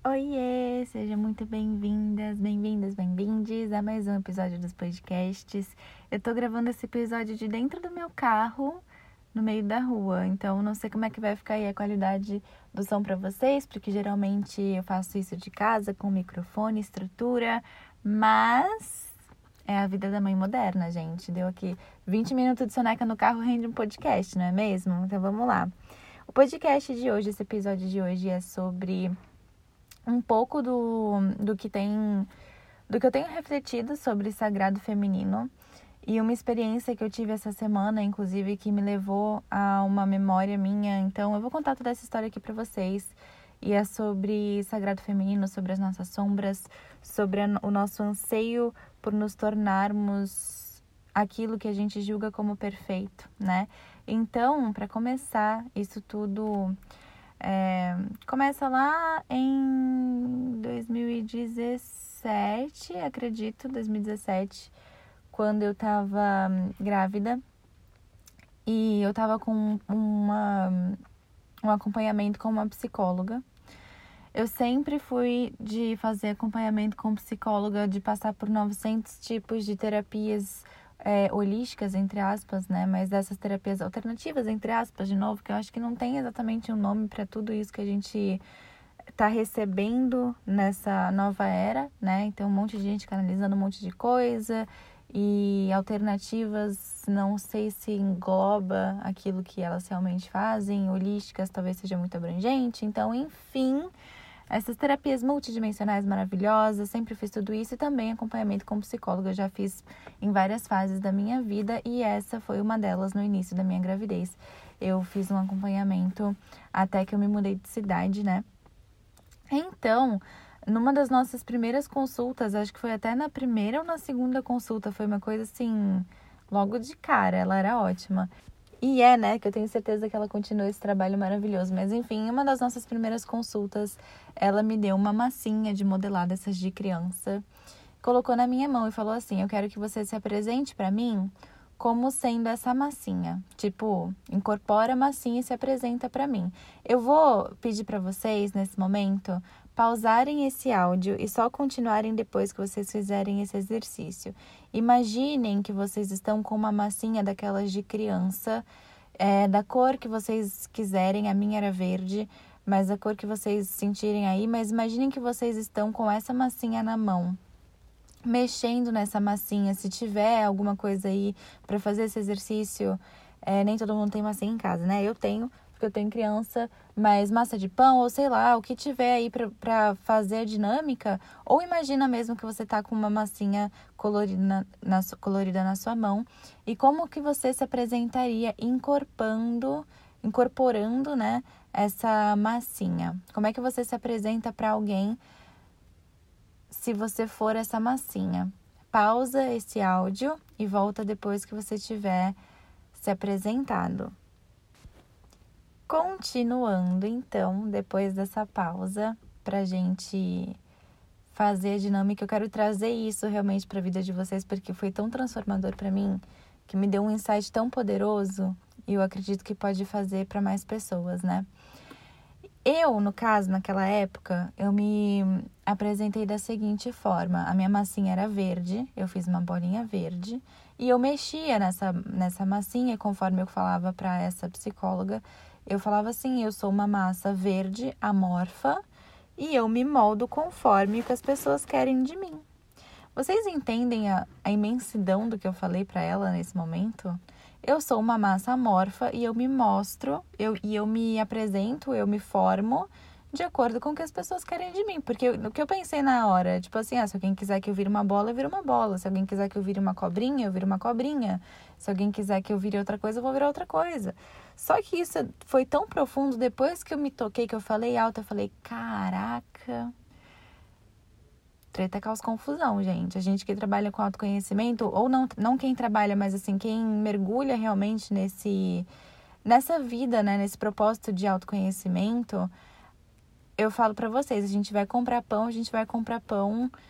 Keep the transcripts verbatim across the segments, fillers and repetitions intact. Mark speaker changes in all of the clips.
Speaker 1: Oiê, sejam muito bem-vindas, bem-vindas, bem-vindes a mais um episódio dos podcasts. Eu tô gravando esse episódio de dentro do meu carro, no meio da rua, então não sei como é que vai ficar aí a qualidade do som pra vocês, porque geralmente eu faço isso de casa, com microfone, estrutura, mas é a vida da mãe moderna, gente. Deu aqui vinte minutos de soneca no carro, rende um podcast, não é mesmo? Então vamos lá. O podcast de hoje, esse episódio de hoje é sobre um pouco do, do que tem, do que eu tenho refletido sobre sagrado feminino e uma experiência que eu tive essa semana, inclusive, que me levou a uma memória minha. Então, eu vou contar toda essa história aqui para vocês. E é sobre sagrado feminino, sobre as nossas sombras, sobre a, o nosso anseio por nos tornarmos aquilo que a gente julga como perfeito, né? Então, para começar, isso tudo É, começa lá em dois mil e dezessete, acredito, dois mil e dezessete, quando eu tava grávida e eu tava com uma, um acompanhamento com uma psicóloga. Eu sempre fui de fazer acompanhamento com psicóloga, de passar por novecentos tipos de terapias É, holísticas, entre aspas, né? Mas dessas terapias alternativas, entre aspas, de novo, que eu acho que não tem exatamente um nome para tudo isso que a gente tá recebendo nessa nova era, né? Então, um monte de gente canalizando um monte de coisa e alternativas, não sei se engloba aquilo que elas realmente fazem, holísticas talvez seja muito abrangente. Então, enfim, essas terapias multidimensionais maravilhosas, sempre fiz tudo isso e também acompanhamento com psicóloga, eu já fiz em várias fases da minha vida e essa foi uma delas no início da minha gravidez. Eu fiz um acompanhamento até que eu me mudei de cidade, né? Então, numa das nossas primeiras consultas, acho que foi até na primeira ou na segunda consulta, foi uma coisa assim, logo de cara, ela era ótima. E é, né, que eu tenho certeza que ela continua esse trabalho maravilhoso. Mas, enfim, em uma das nossas primeiras consultas, ela me deu uma massinha de modelar dessas de criança. Colocou na minha mão e falou assim, eu quero que você se apresente para mim como sendo essa massinha. Tipo, incorpora a massinha e se apresenta para mim. Eu vou pedir para vocês, nesse momento, pausarem esse áudio e só continuarem depois que vocês fizerem esse exercício. Imaginem que vocês estão com uma massinha daquelas de criança, é, da cor que vocês quiserem. A minha era verde, mas a cor que vocês sentirem aí. Mas imaginem que vocês estão com essa massinha na mão, mexendo nessa massinha. Se tiver alguma coisa aí para fazer esse exercício, é, nem todo mundo tem massinha em casa, né? Eu tenho, porque eu tenho criança, mas massa de pão ou sei lá, o que tiver aí para fazer a dinâmica. Ou imagina mesmo que você tá com uma massinha colorida na, na, colorida na sua mão e como que você se apresentaria incorporando, incorporando, né, essa massinha. Como é que você se apresenta para alguém se você for essa massinha? Pausa esse áudio e volta depois que você tiver se apresentado. Continuando, então, depois dessa pausa, pra gente fazer a dinâmica, eu quero trazer isso realmente para a vida de vocês, porque foi tão transformador para mim, que me deu um insight tão poderoso, e eu acredito que pode fazer para mais pessoas, né? Eu, no caso, naquela época, eu me apresentei da seguinte forma. A minha massinha era verde, eu fiz uma bolinha verde, e eu mexia nessa, nessa massinha, conforme eu falava para essa psicóloga. Eu falava assim, eu sou uma massa verde, amorfa, e eu me moldo conforme o que as pessoas querem de mim. Vocês entendem a, a imensidão do que eu falei para ela nesse momento? Eu sou uma massa amorfa e eu me mostro, eu, e eu me apresento, eu me formo de acordo com o que as pessoas querem de mim. Porque o que eu pensei na hora, tipo assim, ah, se alguém quiser que eu vire uma bola, eu viro uma bola. Se alguém quiser que eu vire uma cobrinha, eu viro uma cobrinha. Se alguém quiser que eu vire outra coisa, eu vou virar outra coisa. Só que isso foi tão profundo, depois que eu me toquei, que eu falei alto, eu falei, caraca... Treta causa confusão, gente. A gente que trabalha com autoconhecimento, ou não, não quem trabalha, mas assim, quem mergulha realmente nesse, nessa vida, né, nesse propósito de autoconhecimento, eu falo pra vocês, a gente vai comprar pão, a gente vai comprar pão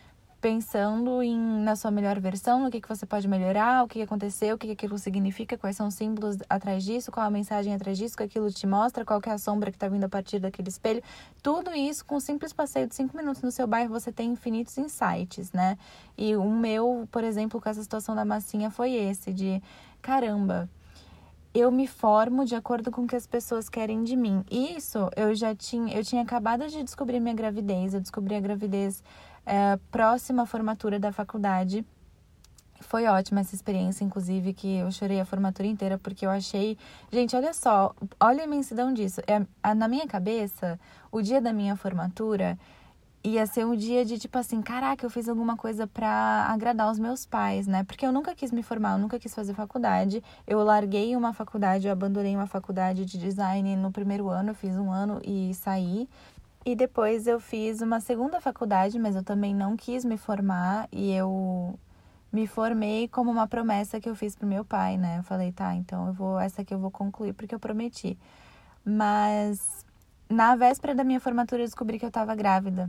Speaker 1: pensando em, na sua melhor versão, no que, que você pode melhorar, o que, que aconteceu, o que, que aquilo significa, quais são os símbolos atrás disso, qual a mensagem atrás disso, o que aquilo te mostra, qual que é a sombra que está vindo a partir daquele espelho. Tudo isso, com um simples passeio de cinco minutos no seu bairro, você tem infinitos insights, né? E o meu, por exemplo, com essa situação da massinha foi esse, de caramba, eu me formo de acordo com o que as pessoas querem de mim. Isso, eu já tinha, eu tinha acabado de descobrir minha gravidez, eu descobri a gravidez é, próxima à formatura da faculdade. Foi ótima essa experiência, inclusive, que eu chorei a formatura inteira, porque eu achei... Gente, olha só, olha a imensidão disso. É, na minha cabeça, o dia da minha formatura ia ser um dia de, tipo assim, caraca, eu fiz alguma coisa pra agradar os meus pais, né? Porque eu nunca quis me formar, eu nunca quis fazer faculdade. Eu larguei uma faculdade, eu abandonei uma faculdade de design no primeiro ano, eu fiz um ano e saí. E depois eu fiz uma segunda faculdade, mas eu também não quis me formar e eu me formei como uma promessa que eu fiz pro meu pai, né? Eu falei, tá, então eu vou, essa aqui eu vou concluir porque eu prometi. Mas na véspera da minha formatura eu descobri que eu tava grávida.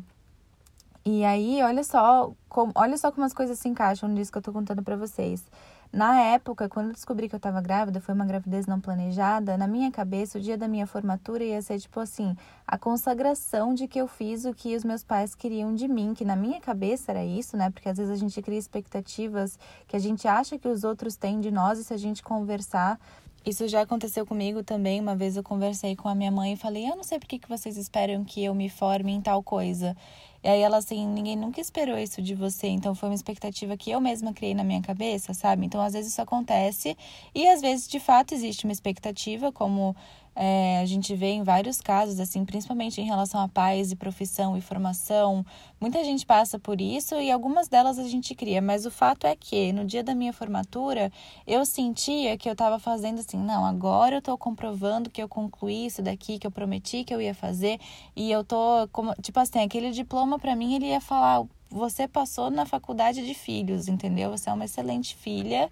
Speaker 1: E aí, olha só, como, olha só como as coisas se encaixam nisso que eu tô contando pra vocês. Na época, quando eu descobri que eu tava grávida, foi uma gravidez não planejada, na minha cabeça, o dia da minha formatura ia ser, tipo assim, a consagração de que eu fiz o que os meus pais queriam de mim, que na minha cabeça era isso, né? Porque às vezes a gente cria expectativas que a gente acha que os outros têm de nós e se a gente conversar... Isso já aconteceu comigo também. Uma vez eu conversei com a minha mãe e falei, eu não sei por que vocês esperam que eu me forme em tal coisa. E aí ela assim, ninguém nunca esperou isso de você. Então foi uma expectativa que eu mesma criei na minha cabeça, sabe? Então às vezes isso acontece e às vezes de fato existe uma expectativa, como é, a gente vê em vários casos, assim, principalmente em relação a pais e profissão e formação. Muita gente passa por isso e algumas delas a gente cria. Mas o fato é que no dia da minha formatura eu sentia que eu estava fazendo assim, não, agora eu tô comprovando que eu concluí isso daqui, que eu prometi que eu ia fazer. E eu tô, como, tipo assim, aquele diploma pra mim, ele ia falar, você passou na faculdade de filhos, entendeu? Você é uma excelente filha.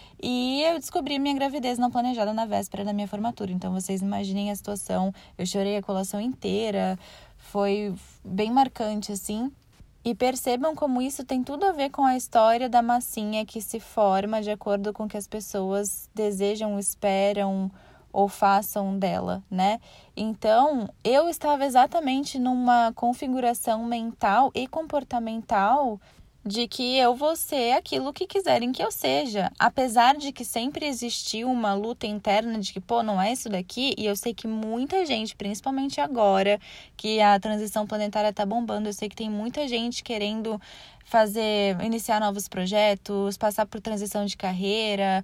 Speaker 1: E eu descobri minha gravidez não planejada na véspera da minha formatura. Então, vocês imaginem a situação. Eu chorei a colação inteira. Foi bem marcante, assim. E percebam como isso tem tudo a ver com a história da massinha que se forma de acordo com o que as pessoas desejam, esperam ou façam dela, né? Então, eu estava exatamente numa configuração mental e comportamental de que eu vou ser aquilo que quiserem que eu seja. Apesar de que sempre existiu uma luta interna de que, pô, não é isso daqui. E eu sei que muita gente, principalmente agora que a transição planetária tá bombando, eu sei que tem muita gente querendo fazer, iniciar novos projetos, passar por transição de carreira,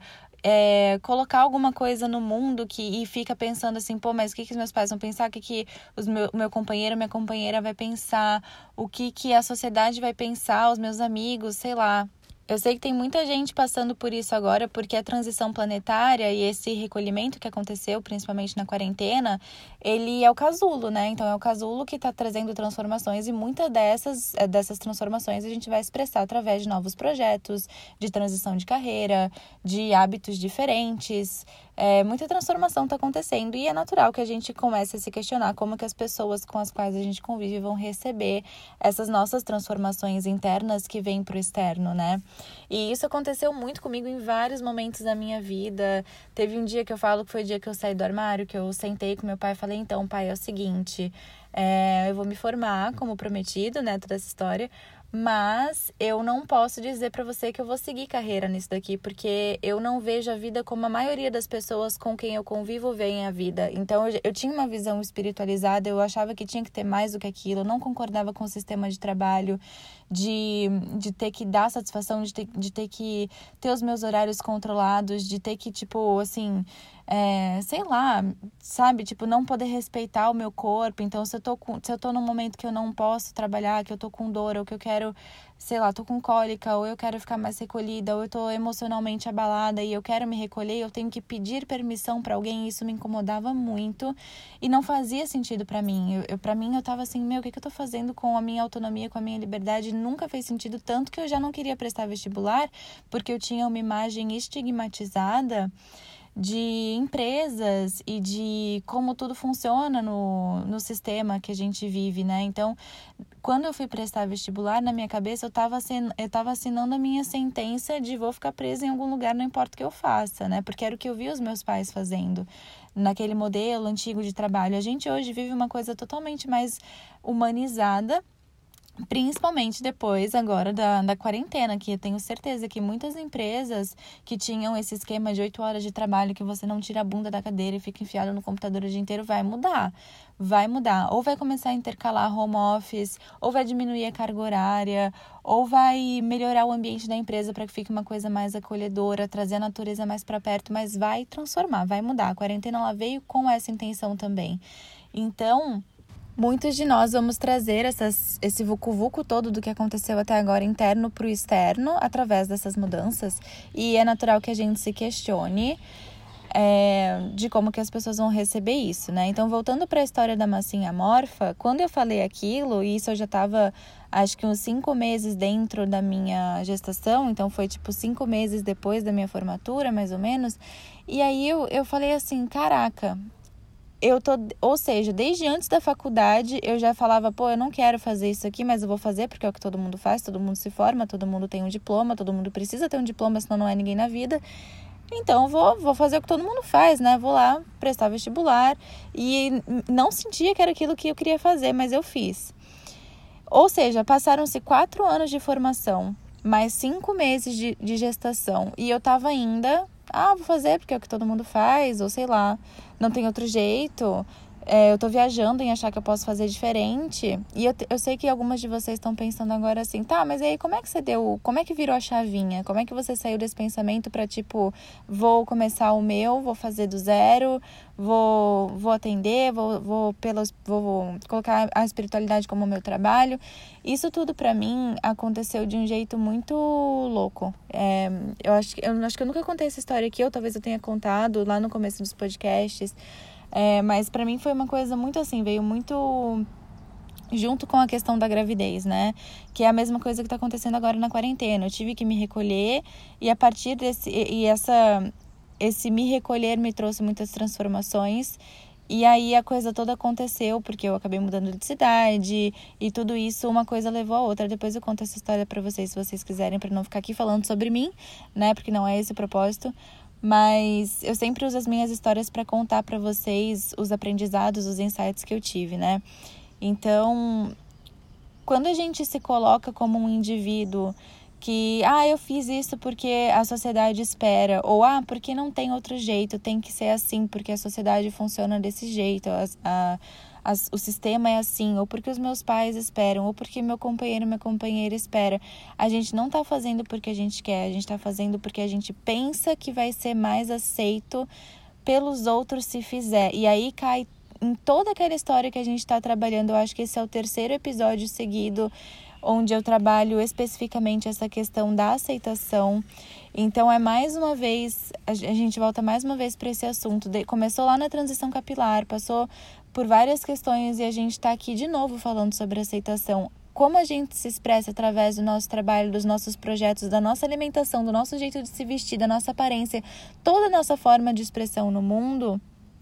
Speaker 1: É, colocar alguma coisa no mundo que, e fica pensando assim, pô, mas o que, que os meus pais vão pensar? O que, que os meu, meu companheiro, minha companheira vai pensar? O que, que a sociedade vai pensar? Os meus amigos, sei lá. Eu sei que tem muita gente passando por isso agora, porque a transição planetária e esse recolhimento que aconteceu, principalmente na quarentena, ele é o casulo, né? Então, é o casulo que está trazendo transformações e muitas dessas, dessas transformações a gente vai expressar através de novos projetos, de transição de carreira, de hábitos diferentes. É, muita transformação está acontecendo e é natural que a gente comece a se questionar como que as pessoas com as quais a gente convive vão receber essas nossas transformações internas que vêm para o externo, né? E isso aconteceu muito comigo em vários momentos da minha vida. Teve um dia que eu falo que foi o dia que eu saí do armário, que eu sentei com meu pai e falei, então, pai, é o seguinte, é, eu vou me formar como prometido, né, toda essa história, mas eu não posso dizer pra você que eu vou seguir carreira nisso daqui, porque eu não vejo a vida como a maioria das pessoas com quem eu convivo veem a vida. Então, eu, eu tinha uma visão espiritualizada, eu achava que tinha que ter mais do que aquilo, eu não concordava com o sistema de trabalho, de, de ter que dar satisfação, de ter, de ter que ter os meus horários controlados, de ter que, tipo, assim... É, sei lá, sabe, tipo, não poder respeitar o meu corpo. Então, se eu tô com, se eu tô num momento que eu não posso trabalhar, que eu tô com dor, ou que eu quero, sei lá, tô com cólica, ou eu quero ficar mais recolhida, ou eu tô emocionalmente abalada e eu quero me recolher, eu tenho que pedir permissão pra alguém, e isso me incomodava muito e não fazia sentido pra mim. Eu, eu, pra mim, eu tava assim, meu, o que que eu tô fazendo com a minha autonomia, com a minha liberdade? Nunca fez sentido, tanto que eu já não queria prestar vestibular, porque eu tinha uma imagem estigmatizada de empresas e de como tudo funciona no, no sistema que a gente vive, né? Então, quando eu fui prestar vestibular, na minha cabeça eu estava assin... eu tava assinando a minha sentença de vou ficar presa em algum lugar, não importa o que eu faça, né? Porque era o que eu vi os meus pais fazendo, naquele modelo antigo de trabalho. A gente hoje vive uma coisa totalmente mais humanizada, principalmente depois agora da, da quarentena, que eu tenho certeza que muitas empresas que tinham esse esquema de oito horas de trabalho, que você não tira a bunda da cadeira e fica enfiado no computador o dia inteiro, vai mudar. Vai mudar. Ou vai começar a intercalar home office, ou vai diminuir a carga horária, ou vai melhorar o ambiente da empresa para que fique uma coisa mais acolhedora, trazer a natureza mais para perto, mas vai transformar, vai mudar. A quarentena ela veio com essa intenção também. Então, muitos de nós vamos trazer essas, esse vucu-vucu todo do que aconteceu até agora interno para o externo através dessas mudanças. E é natural que a gente se questione é, de como que as pessoas vão receber isso, né? Então, voltando para a história da massinha amorfa, quando eu falei aquilo, e isso eu já estava, acho que uns cinco meses dentro da minha gestação, então foi tipo cinco meses depois da minha formatura, mais ou menos, e aí eu, eu falei assim, caraca... Eu tô, ou seja, desde antes da faculdade eu já falava, pô, eu não quero fazer isso aqui, mas eu vou fazer porque é o que todo mundo faz, todo mundo se forma, todo mundo tem um diploma, todo mundo precisa ter um diploma, senão não é ninguém na vida. Então eu vou, vou fazer o que todo mundo faz, né? Vou lá prestar vestibular e não sentia que era aquilo que eu queria fazer, mas eu fiz. Ou seja, passaram-se quatro anos de formação, mais cinco meses de, de gestação e eu tava ainda... Ah, vou fazer porque é o que todo mundo faz, ou sei lá, não tem outro jeito. É, eu tô viajando em achar que eu posso fazer diferente. E eu, eu sei que algumas de vocês estão pensando agora assim, tá, mas aí como é que você deu, como é que virou a chavinha? Como é que você saiu desse pensamento pra tipo, vou começar o meu, vou fazer do zero, vou, vou atender, vou, vou, pelos, vou, vou colocar a espiritualidade como meu trabalho? Isso tudo pra mim aconteceu de um jeito muito louco. É, eu, acho, eu acho que eu nunca contei essa história aqui, ou talvez eu tenha contado lá no começo dos podcasts. É, mas pra mim foi uma coisa muito assim, veio muito junto com a questão da gravidez, né? Que é a mesma coisa que tá acontecendo agora na quarentena. Eu tive que me recolher e a partir desse... E essa, esse me recolher me trouxe muitas transformações. E aí a coisa toda aconteceu, porque eu acabei mudando de cidade e tudo isso, uma coisa levou a outra. Depois eu conto essa história pra vocês, se vocês quiserem, pra não ficar aqui falando sobre mim, né? Porque não é esse o propósito. Mas eu sempre uso as minhas histórias para contar para vocês os aprendizados, os insights que eu tive, né? Então, quando a gente se coloca como um indivíduo que, ah, eu fiz isso porque a sociedade espera, ou ah, porque não tem outro jeito, tem que ser assim, porque a sociedade funciona desse jeito, a, a, a, o sistema é assim, ou porque os meus pais esperam, ou porque meu companheiro, minha companheira espera. A gente não tá fazendo porque a gente quer, a gente tá fazendo porque a gente pensa que vai ser mais aceito pelos outros se fizer. E aí cai em toda aquela história que a gente tá trabalhando. Eu acho que esse é o terceiro episódio seguido onde eu trabalho especificamente essa questão da aceitação. Então, é mais uma vez, a gente volta mais uma vez para esse assunto. De, começou lá na transição capilar, passou por várias questões e a gente está aqui de novo falando sobre aceitação. Como a gente se expressa através do nosso trabalho, dos nossos projetos, da nossa alimentação, do nosso jeito de se vestir, da nossa aparência, toda a nossa forma de expressão no mundo,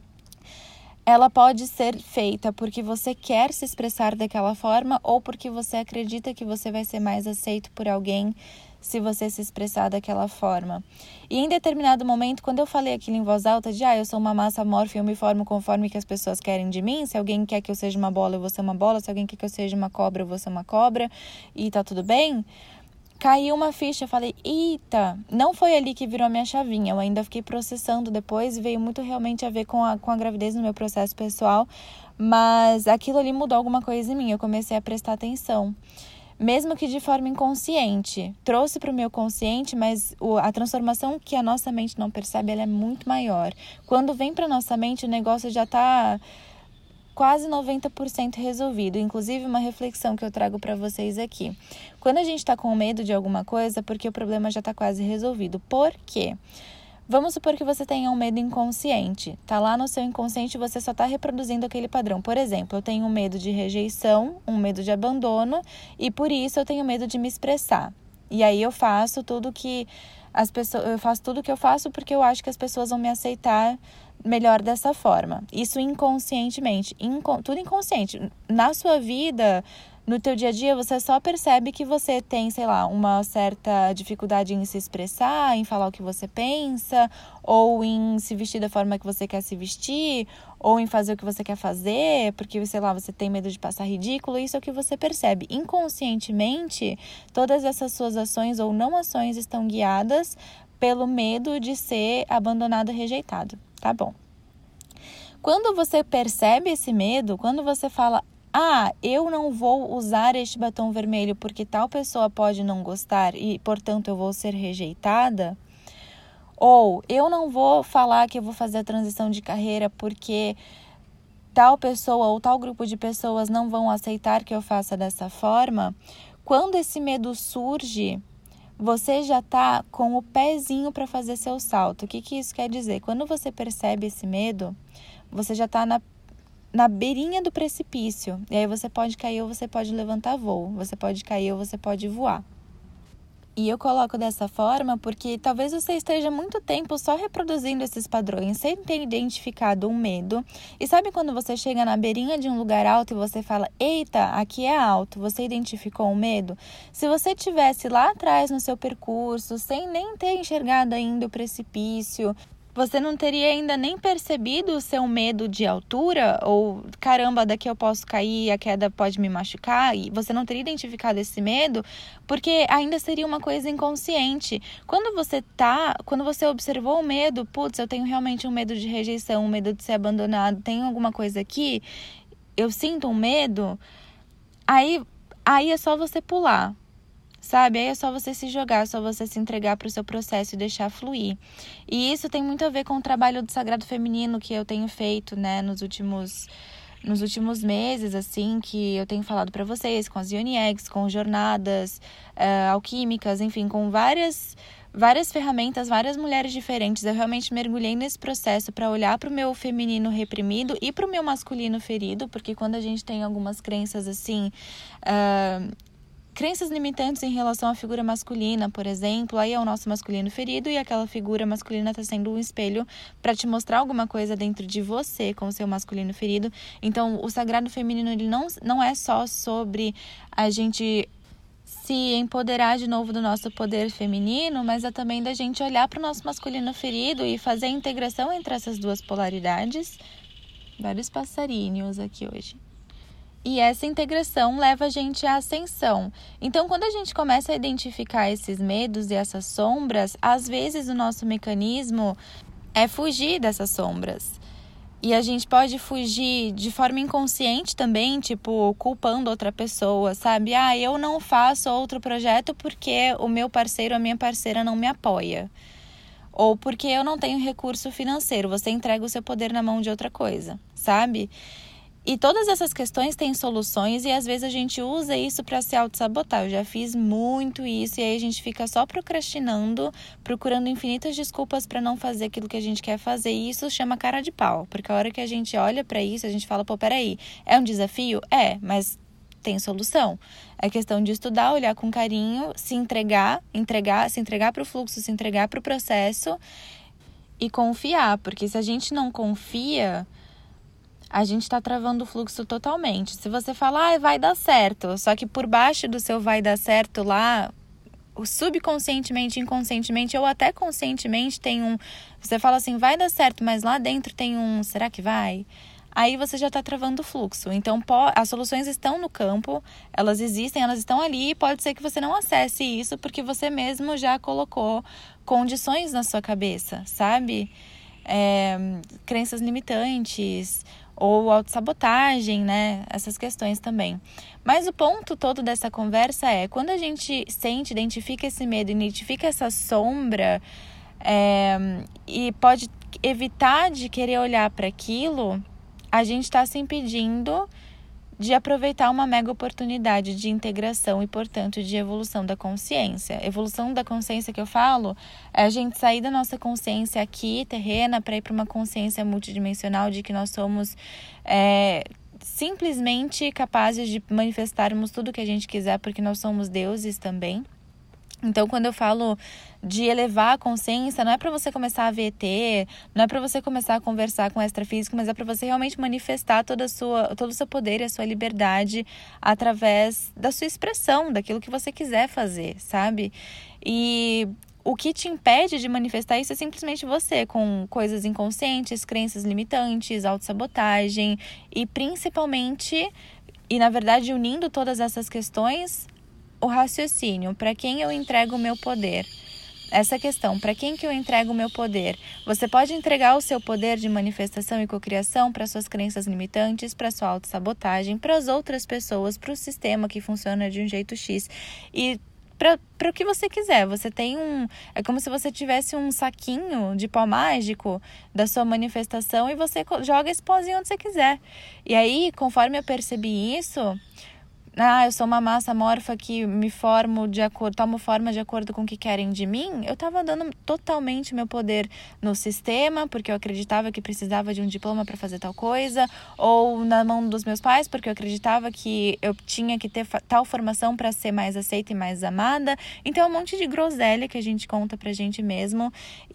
Speaker 1: ela pode ser feita porque você quer se expressar daquela forma ou porque você acredita que você vai ser mais aceito por alguém se você se expressar daquela forma. E em determinado momento, quando eu falei aquilo em voz alta de ah, eu sou uma massa amorfa e eu me formo conforme que as pessoas querem de mim, se alguém quer que eu seja uma bola, eu vou ser uma bola, se alguém quer que eu seja uma cobra, eu vou ser uma cobra, e tá tudo bem, caiu uma ficha, eu falei, eita, não foi ali que virou a minha chavinha, eu ainda fiquei processando depois, veio muito realmente a ver com a, com a gravidez no meu processo pessoal, mas aquilo ali mudou alguma coisa em mim, eu comecei a prestar atenção, mesmo que de forma inconsciente, trouxe para o meu consciente, mas o, a transformação que a nossa mente não percebe, ela é muito maior. Quando vem para nossa mente, o negócio já está quase noventa por cento resolvido. Inclusive, uma reflexão que eu trago para vocês aqui. Quando a gente está com medo de alguma coisa, porque o problema já está quase resolvido. Por quê? Vamos supor que você tenha um medo inconsciente. Tá lá no seu inconsciente, você só está reproduzindo aquele padrão. Por exemplo, eu tenho um medo de rejeição, um medo de abandono, e por isso eu tenho medo de me expressar. E aí eu faço tudo que as pessoas, eu faço tudo o que eu faço porque eu acho que as pessoas vão me aceitar melhor dessa forma. Isso inconscientemente, inco, tudo inconsciente. Na sua vida, no teu dia a dia, você só percebe que você tem, sei lá, uma certa dificuldade em se expressar, em falar o que você pensa, ou em se vestir da forma que você quer se vestir, ou em fazer o que você quer fazer, porque, sei lá, você tem medo de passar ridículo. Isso é o que você percebe. Inconscientemente, todas essas suas ações ou não ações estão guiadas pelo medo de ser abandonado e rejeitado, tá bom? Quando você percebe esse medo, quando você fala, ah, eu não vou usar este batom vermelho porque tal pessoa pode não gostar e, portanto, eu vou ser rejeitada, ou eu não vou falar que eu vou fazer a transição de carreira porque tal pessoa ou tal grupo de pessoas não vão aceitar que eu faça dessa forma, quando esse medo surge, você já está com o pezinho para fazer seu salto. O que, que isso quer dizer? Quando você percebe esse medo, você já está na, na beirinha do precipício. E aí você pode cair ou você pode levantar voo. Você pode cair ou você pode voar. E eu coloco dessa forma porque talvez você esteja muito tempo só reproduzindo esses padrões, sem ter identificado um medo. E sabe quando você chega na beirinha de um lugar alto e você fala, eita, aqui é alto, você identificou um medo? Se você tivesse lá atrás no seu percurso, sem nem ter enxergado ainda o precipício, você não teria ainda nem percebido o seu medo de altura, ou caramba, daqui eu posso cair, a queda pode me machucar, e você não teria identificado esse medo, porque ainda seria uma coisa inconsciente. Quando você tá, quando você observou o medo, putz, eu tenho realmente um medo de rejeição, um medo de ser abandonado, tem alguma coisa aqui, eu sinto um medo, aí, aí é só você pular. Sabe? Aí é só você se jogar, é só você se entregar para o seu processo e deixar fluir. E isso tem muito a ver com o trabalho do Sagrado Feminino que eu tenho feito, né, nos últimos, nos últimos meses, assim, que eu tenho falado para vocês, com as Yoni Eggs, com jornadas uh, alquímicas, enfim, com várias, várias ferramentas, várias mulheres diferentes. Eu realmente mergulhei nesse processo para olhar para o meu feminino reprimido e para o meu masculino ferido, porque quando a gente tem algumas crenças assim... Uh, Crenças limitantes em relação à figura masculina, por exemplo, aí é o nosso masculino ferido e aquela figura masculina está sendo um espelho para te mostrar alguma coisa dentro de você com o seu masculino ferido. Então, o sagrado feminino ele não, não é só sobre a gente se empoderar de novo do nosso poder feminino, mas é também da gente olhar para o nosso masculino ferido e fazer a integração entre essas duas polaridades. Vários passarinhos aqui hoje. E essa integração leva a gente à ascensão. Então, quando a gente começa a identificar esses medos e essas sombras, às vezes o nosso mecanismo é fugir dessas sombras. E a gente pode fugir de forma inconsciente também, tipo, culpando outra pessoa, sabe? Ah, eu não faço outro projeto porque o meu parceiro, a minha parceira não me apoia. Ou porque eu não tenho recurso financeiro. Você entrega o seu poder na mão de outra coisa, sabe? E todas essas questões têm soluções e às vezes a gente usa isso para se auto-sabotar. Eu já fiz muito isso e aí a gente fica só procrastinando, procurando infinitas desculpas para não fazer aquilo que a gente quer fazer. E isso chama cara de pau, porque a hora que a gente olha para isso, a gente fala, pô, peraí, é um desafio? É, mas tem solução. É questão de estudar, olhar com carinho, se entregar, entregar, se entregar para o fluxo, se entregar para o processo e confiar. Porque se a gente não confia... a gente está travando o fluxo totalmente. Se você falar, ah, vai dar certo, só que por baixo do seu vai dar certo lá, subconscientemente, inconscientemente ou até conscientemente tem um... Você fala assim, vai dar certo, mas lá dentro tem um, será que vai? Aí você já está travando o fluxo. Então, as soluções estão no campo, elas existem, elas estão ali e pode ser que você não acesse isso porque você mesmo já colocou condições na sua cabeça, sabe? É, crenças limitantes... ou autossabotagem, né? Essas questões também. Mas o ponto todo dessa conversa é, quando a gente sente, identifica esse medo, identifica essa sombra é, e pode evitar de querer olhar para aquilo, a gente está se impedindo de aproveitar uma mega oportunidade de integração e, portanto, de evolução da consciência. Evolução da consciência que eu falo é a gente sair da nossa consciência aqui, terrena, para ir para uma consciência multidimensional de que nós somos é, simplesmente capazes de manifestarmos tudo que a gente quiser, porque nós somos deuses também. Então, quando eu falo de elevar a consciência, não é para você começar a V T, não é para você começar a conversar com o extrafísico, mas é para você realmente manifestar toda a sua, todo o seu poder e a sua liberdade através da sua expressão, daquilo que você quiser fazer, sabe? E o que te impede de manifestar isso é simplesmente você, com coisas inconscientes, crenças limitantes, autossabotagem e principalmente, e na verdade unindo todas essas questões, o raciocínio, para quem eu entrego o meu poder? Essa questão, para quem que eu entrego o meu poder? Você pode entregar o seu poder de manifestação e cocriação para suas crenças limitantes, para sua autossabotagem, para as outras pessoas, para o sistema que funciona de um jeito X e para o que você quiser. Você tem um... É como se você tivesse um saquinho de pó mágico da sua manifestação e você joga esse pozinho onde você quiser. E aí, conforme eu percebi isso... Ah, eu sou uma massa amorfa que me formo de acordo, tomo forma de acordo com o que querem de mim. Eu estava dando totalmente meu poder no sistema, porque eu acreditava que precisava de um diploma para fazer tal coisa, ou na mão dos meus pais, porque eu acreditava que eu tinha que ter tal formação para ser mais aceita e mais amada. Então é um monte de groselha que a gente conta pra gente mesmo,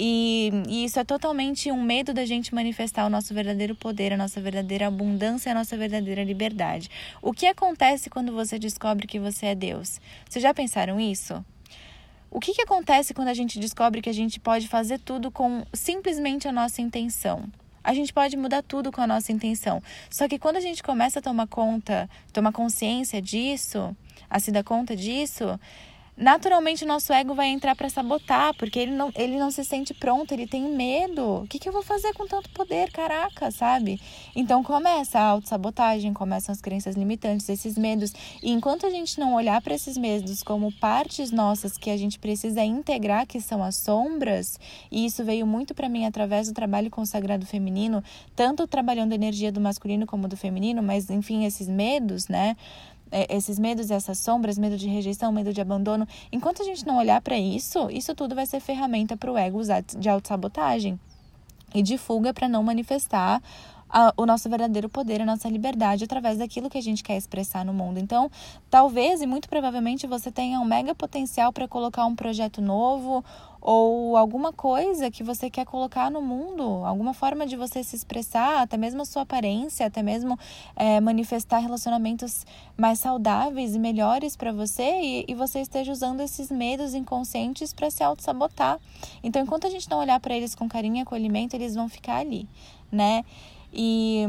Speaker 1: e, e isso é totalmente um medo da gente manifestar o nosso verdadeiro poder, a nossa verdadeira abundância, a nossa verdadeira liberdade. O que acontece quando você descobre que você é Deus? Vocês já pensaram isso? O que, que acontece quando a gente descobre que a gente pode fazer tudo com simplesmente a nossa intenção? A gente pode mudar tudo com a nossa intenção. Só que quando a gente começa a tomar conta, tomar consciência disso, a se dar conta disso, naturalmente o nosso ego vai entrar para sabotar, porque ele não, ele não se sente pronto, ele tem medo. O que, que eu vou fazer com tanto poder? Caraca, sabe? Então começa a autossabotagem, começam as crenças limitantes, esses medos. E enquanto a gente não olhar para esses medos como partes nossas que a gente precisa integrar, que são as sombras, e isso veio muito para mim através do trabalho com o sagrado feminino, tanto trabalhando a energia do masculino como do feminino, mas enfim, esses medos, né? Esses medos e essas sombras, medo de rejeição, medo de abandono, enquanto a gente não olhar para isso, isso tudo vai ser ferramenta para o ego usar de autossabotagem e de fuga para não manifestar a, o nosso verdadeiro poder, a nossa liberdade através daquilo que a gente quer expressar no mundo. Então, talvez e muito provavelmente você tenha um mega potencial para colocar um projeto novo ou alguma coisa que você quer colocar no mundo, alguma forma de você se expressar, até mesmo a sua aparência, até mesmo é, manifestar relacionamentos mais saudáveis e melhores para você, e, e você esteja usando esses medos inconscientes para se auto-sabotar. Então, enquanto a gente não olhar para eles com carinho e acolhimento, eles vão ficar ali, né? E,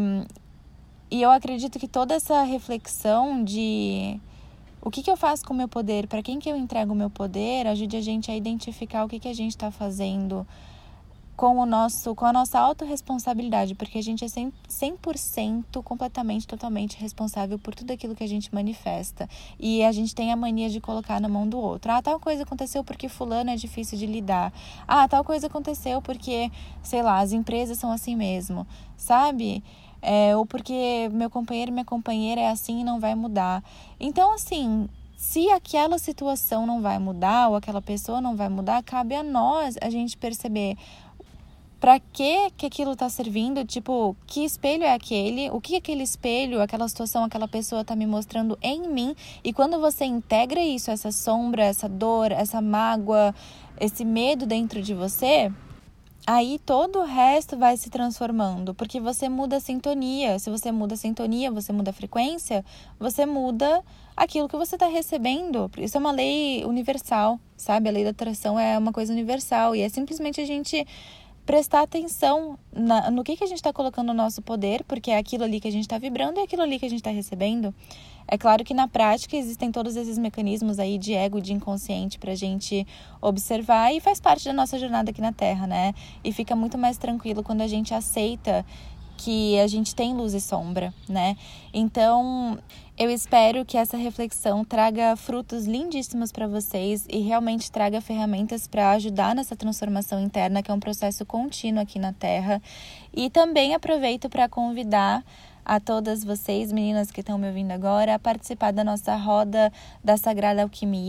Speaker 1: e eu acredito que toda essa reflexão de o que, que eu faço com o meu poder, para quem que eu entrego o meu poder, ajude a gente a identificar o que, que a gente está fazendo com, o nosso, com a nossa autorresponsabilidade, porque a gente é cem por cento, completamente, totalmente responsável por tudo aquilo que a gente manifesta. E a gente tem a mania de colocar na mão do outro. Ah, tal coisa aconteceu porque fulano é difícil de lidar. Ah, tal coisa aconteceu porque, sei lá, as empresas são assim mesmo, sabe? É, ou porque meu companheiro e minha companheira é assim e não vai mudar. Então, assim, se aquela situação não vai mudar ou aquela pessoa não vai mudar, cabe a nós a gente perceber para que que aquilo está servindo, tipo, que espelho é aquele, o que aquele espelho, aquela situação, aquela pessoa está me mostrando em mim. E quando você integra isso, essa sombra, essa dor, essa mágoa, esse medo dentro de você, aí todo o resto vai se transformando, porque você muda a sintonia. Se você muda a sintonia, você muda a frequência, você muda aquilo que você está recebendo. Isso é uma lei universal, sabe? A lei da atração é uma coisa universal e é simplesmente a gente prestar atenção na, no que, que a gente está colocando no nosso poder, porque é aquilo ali que a gente está vibrando e é aquilo ali que a gente está recebendo. É claro que na prática existem todos esses mecanismos aí de ego, de inconsciente pra gente observar, e faz parte da nossa jornada aqui na Terra, né? E fica muito mais tranquilo quando a gente aceita que a gente tem luz e sombra, né? Então, eu espero que essa reflexão traga frutos lindíssimos para vocês e realmente traga ferramentas para ajudar nessa transformação interna, que é um processo contínuo aqui na Terra. E também aproveito para convidar a todas vocês, meninas que estão me ouvindo agora, a participar da nossa roda da Sagrada Alquimia,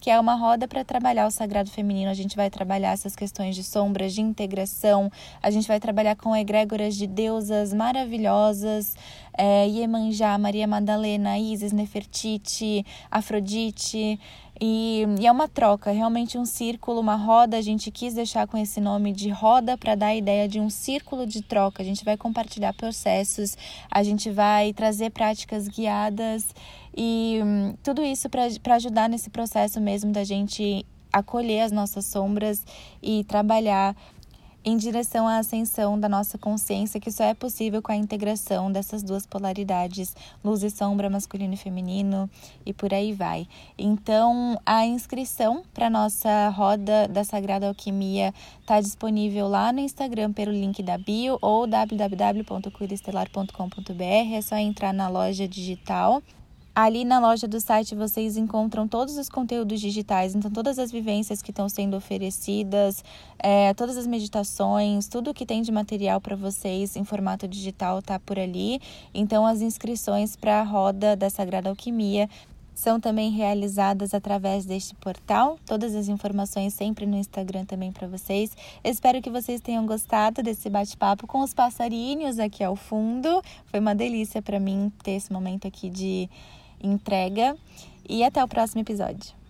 Speaker 1: que é uma roda para trabalhar o sagrado feminino. A gente vai trabalhar essas questões de sombras, de integração, a gente vai trabalhar com egrégoras de deusas maravilhosas, é, Iemanjá, Maria Madalena, Ísis, Nefertiti, Afrodite. E, e é uma troca, realmente um círculo, uma roda. A gente quis deixar com esse nome de roda para dar a ideia de um círculo de troca. A gente vai compartilhar processos, a gente vai trazer práticas guiadas e hum, tudo isso para ajudar nesse processo mesmo da gente acolher as nossas sombras e trabalhar em direção à ascensão da nossa consciência, que só é possível com a integração dessas duas polaridades, luz e sombra, masculino e feminino, e por aí vai. Então, a inscrição para a nossa roda da Sagrada Alquimia está disponível lá no Instagram pelo link da bio ou w w w ponto cura estelar ponto com ponto b r, é só entrar na loja digital. Ali na loja do site vocês encontram todos os conteúdos digitais, então todas as vivências que estão sendo oferecidas, é, todas as meditações, tudo que tem de material para vocês em formato digital está por ali. Então as inscrições para a roda da Sagrada Alquimia são também realizadas através deste portal. Todas as informações sempre no Instagram também para vocês. Espero que vocês tenham gostado desse bate-papo com os passarinhos aqui ao fundo. Foi uma delícia para mim ter esse momento aqui de entrega. E até o próximo episódio.